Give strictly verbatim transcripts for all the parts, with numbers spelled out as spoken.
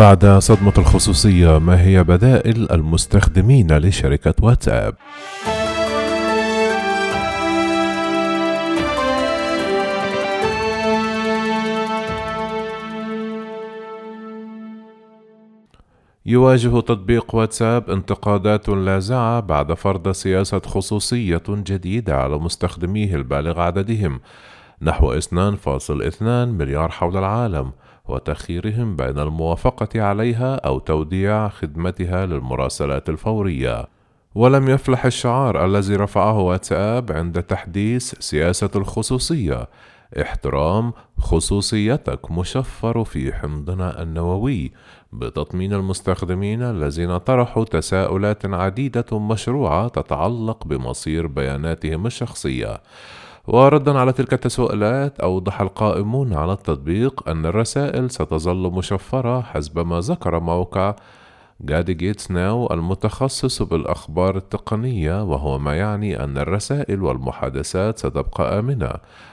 بعد صدمة الخصوصية، ما هي بدائل المستخدمين لشركة واتساب؟ يواجه تطبيق واتساب انتقادات لاذعة بعد فرض سياسة خصوصية جديدة على مستخدميه البالغ عددهم نحو اثنين فاصل اثنين مليار حول العالم، وتخييرهم بين الموافقة عليها أو توديع خدمتها للمراسلات الفورية. ولم يفلح الشعار الذي رفعه واتساب عند تحديث سياسة الخصوصية: احترام خصوصيتك مشفر في حمضنا النووي، بتطمين المستخدمين الذين طرحوا تساؤلات عديدة مشروعة تتعلق بمصير بياناتهم الشخصية. وردا على تلك التساؤلات، أوضح القائمون على التطبيق أن الرسائل ستظل مشفرة حسب ما ذكر موقع جادجيتس ناو المتخصص بالأخبار التقنية، وهو ما يعني أن الرسائل والمحادثات ستبقى آمنة.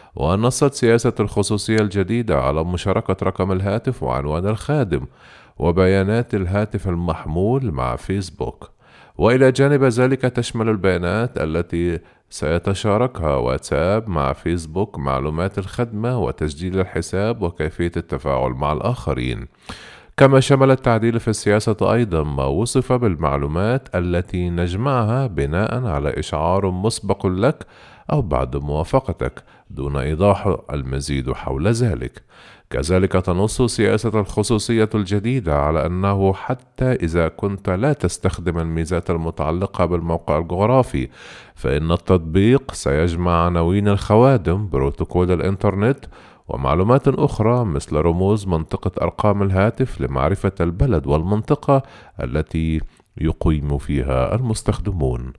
ونصت سياسة الخصوصية الجديدة على مشاركة رقم الهاتف وعنوان الخادم وبيانات الهاتف المحمول مع فيسبوك، وإلى جانب ذلك تشمل البيانات التي سيتشاركها واتساب مع فيسبوك معلومات الخدمة وتسجيل الحساب وكيفية التفاعل مع الآخرين. كما شمل التعديل في السياسة أيضا ما وصف بالمعلومات التي نجمعها بناء على إشعار مسبق لك أو بعد موافقتك، دون إيضاح المزيد حول ذلك. كذلك تنص سياسة الخصوصية الجديدة على أنه حتى إذا كنت لا تستخدم الميزات المتعلقة بالموقع الجغرافي، فإن التطبيق سيجمع عناوين الخوادم، بروتوكول الإنترنت، ومعلومات أخرى مثل رموز منطقة أرقام الهاتف لمعرفة البلد والمنطقة التي يقيم فيها المستخدمون.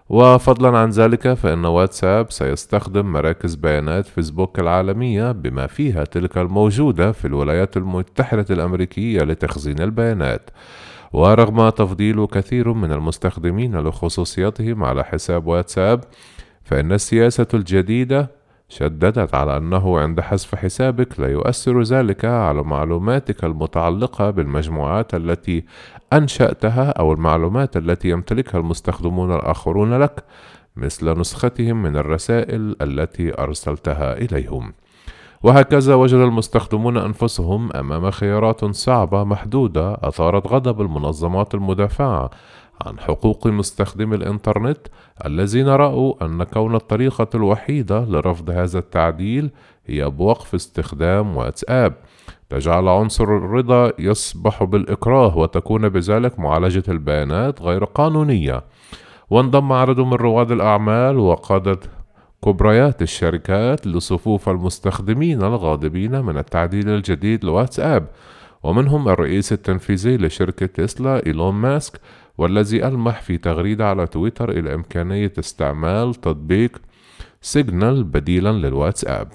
وفضلا عن ذلك، فإن واتساب سيستخدم مراكز بيانات فيسبوك العالمية بما فيها تلك الموجودة في الولايات المتحدة الأمريكية لتخزين البيانات. ورغم تفضيل كثير من المستخدمين لخصوصيتهم على حساب واتساب، فإن السياسة الجديدة شددت على أنه عند حذف حسابك لا يؤثر ذلك على معلوماتك المتعلقة بالمجموعات التي أنشأتها أو المعلومات التي يمتلكها المستخدمون الآخرون لك، مثل نسختهم من الرسائل التي أرسلتها إليهم. وهكذا وجد المستخدمون أنفسهم أمام خيارات صعبة محدودة أثارت غضب المنظمات المدافعة عن حقوق مستخدمي الإنترنت، الذين رأوا أن كون الطريقة الوحيدة لرفض هذا التعديل هي بوقف استخدام واتساب، تجعل عنصر الرضا يصبح بالإكراه، وتكون بذلك معالجة البيانات غير قانونية. وانضم عدد من رواد الأعمال وقادة كبريات الشركات لصفوف المستخدمين الغاضبين من التعديل الجديد لواتساب، ومنهم الرئيس التنفيذي لشركة تسلا إيلون ماسك، والذي ألمح في تغريدة على تويتر إلى إمكانية استعمال تطبيق سيجنال بديلا للواتساب.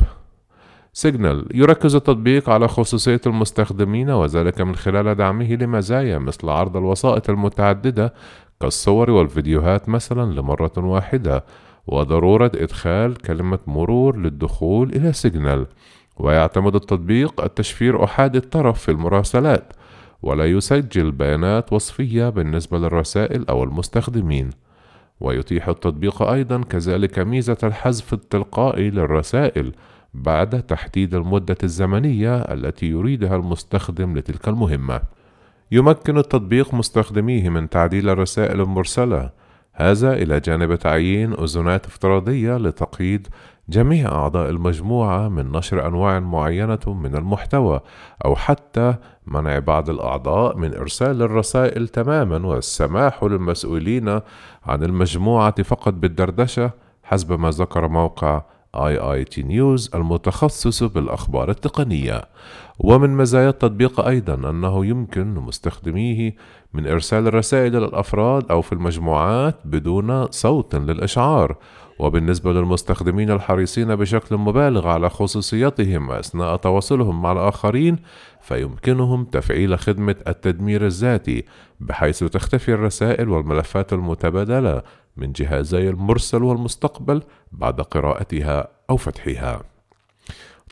سيجنال يركز التطبيق على خصوصية المستخدمين، وذلك من خلال دعمه لمزايا مثل عرض الوسائط المتعددة كالصور والفيديوهات مثلا لمرة واحدة، وضرورة إدخال كلمة مرور للدخول إلى سيجنال. ويعتمد التطبيق التشفير أحادي الطرف في المراسلات، ولا يسجل بيانات وصفية بالنسبة للرسائل أو المستخدمين. ويتيح التطبيق أيضا كذلك ميزة الحذف التلقائي للرسائل بعد تحديد المدة الزمنية التي يريدها المستخدم لتلك المهمة. يمكن التطبيق مستخدميه من تعديل الرسائل المرسلة، هذا إلى جانب تعيين أذونات افتراضية لتقييد جميع أعضاء المجموعة من نشر أنواع معينة من المحتوى، أو حتى منع بعض الأعضاء من إرسال الرسائل تماما، والسماح للمسؤولين عن المجموعة فقط بالدردشة، حسب ما ذكر موقع آي آي تي نيوز المتخصص بالأخبار التقنية. ومن مزايا التطبيق أيضا أنه يمكن لمستخدميه من إرسال الرسائل للأفراد أو في المجموعات بدون صوت للإشعار. وبالنسبة للمستخدمين الحريصين بشكل مبالغ على خصوصيتهم أثناء تواصلهم مع الآخرين، فيمكنهم تفعيل خدمة التدمير الذاتي، بحيث تختفي الرسائل والملفات المتبادلة من جهازي المرسل والمستقبل بعد قراءتها أو فتحها.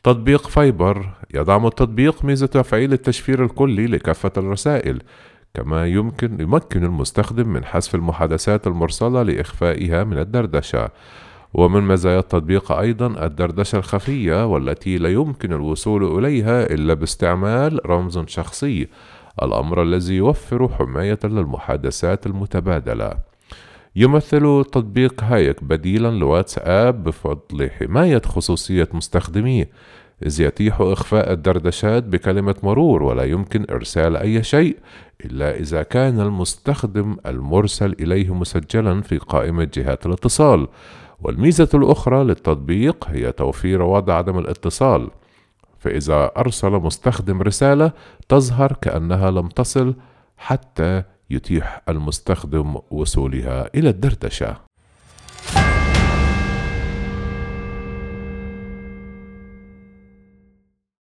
تطبيق فايبر يدعم التطبيق ميزة تفعيل التشفير الكلي لكافة الرسائل، كما يمكن يمكن المستخدم من حذف المحادثات المرسلة لإخفائها من الدردشة. ومن مزايا التطبيق أيضا الدردشة الخفية والتي لا يمكن الوصول إليها إلا باستعمال رمز شخصي، الأمر الذي يوفر حماية للمحادثات المتبادلة. يمثل تطبيق هايك بديلا لواتساب بفضل حماية خصوصية مستخدميه، إذ يتيح إخفاء الدردشات بكلمة مرور، ولا يمكن إرسال أي شيء إلا إذا كان المستخدم المرسل إليه مسجلا في قائمة جهات الاتصال. والميزة الأخرى للتطبيق هي توفير وضع عدم الاتصال، فإذا أرسل مستخدم رسالة تظهر كأنها لم تصل حتى يتيح المستخدم وصولها إلى الدردشة.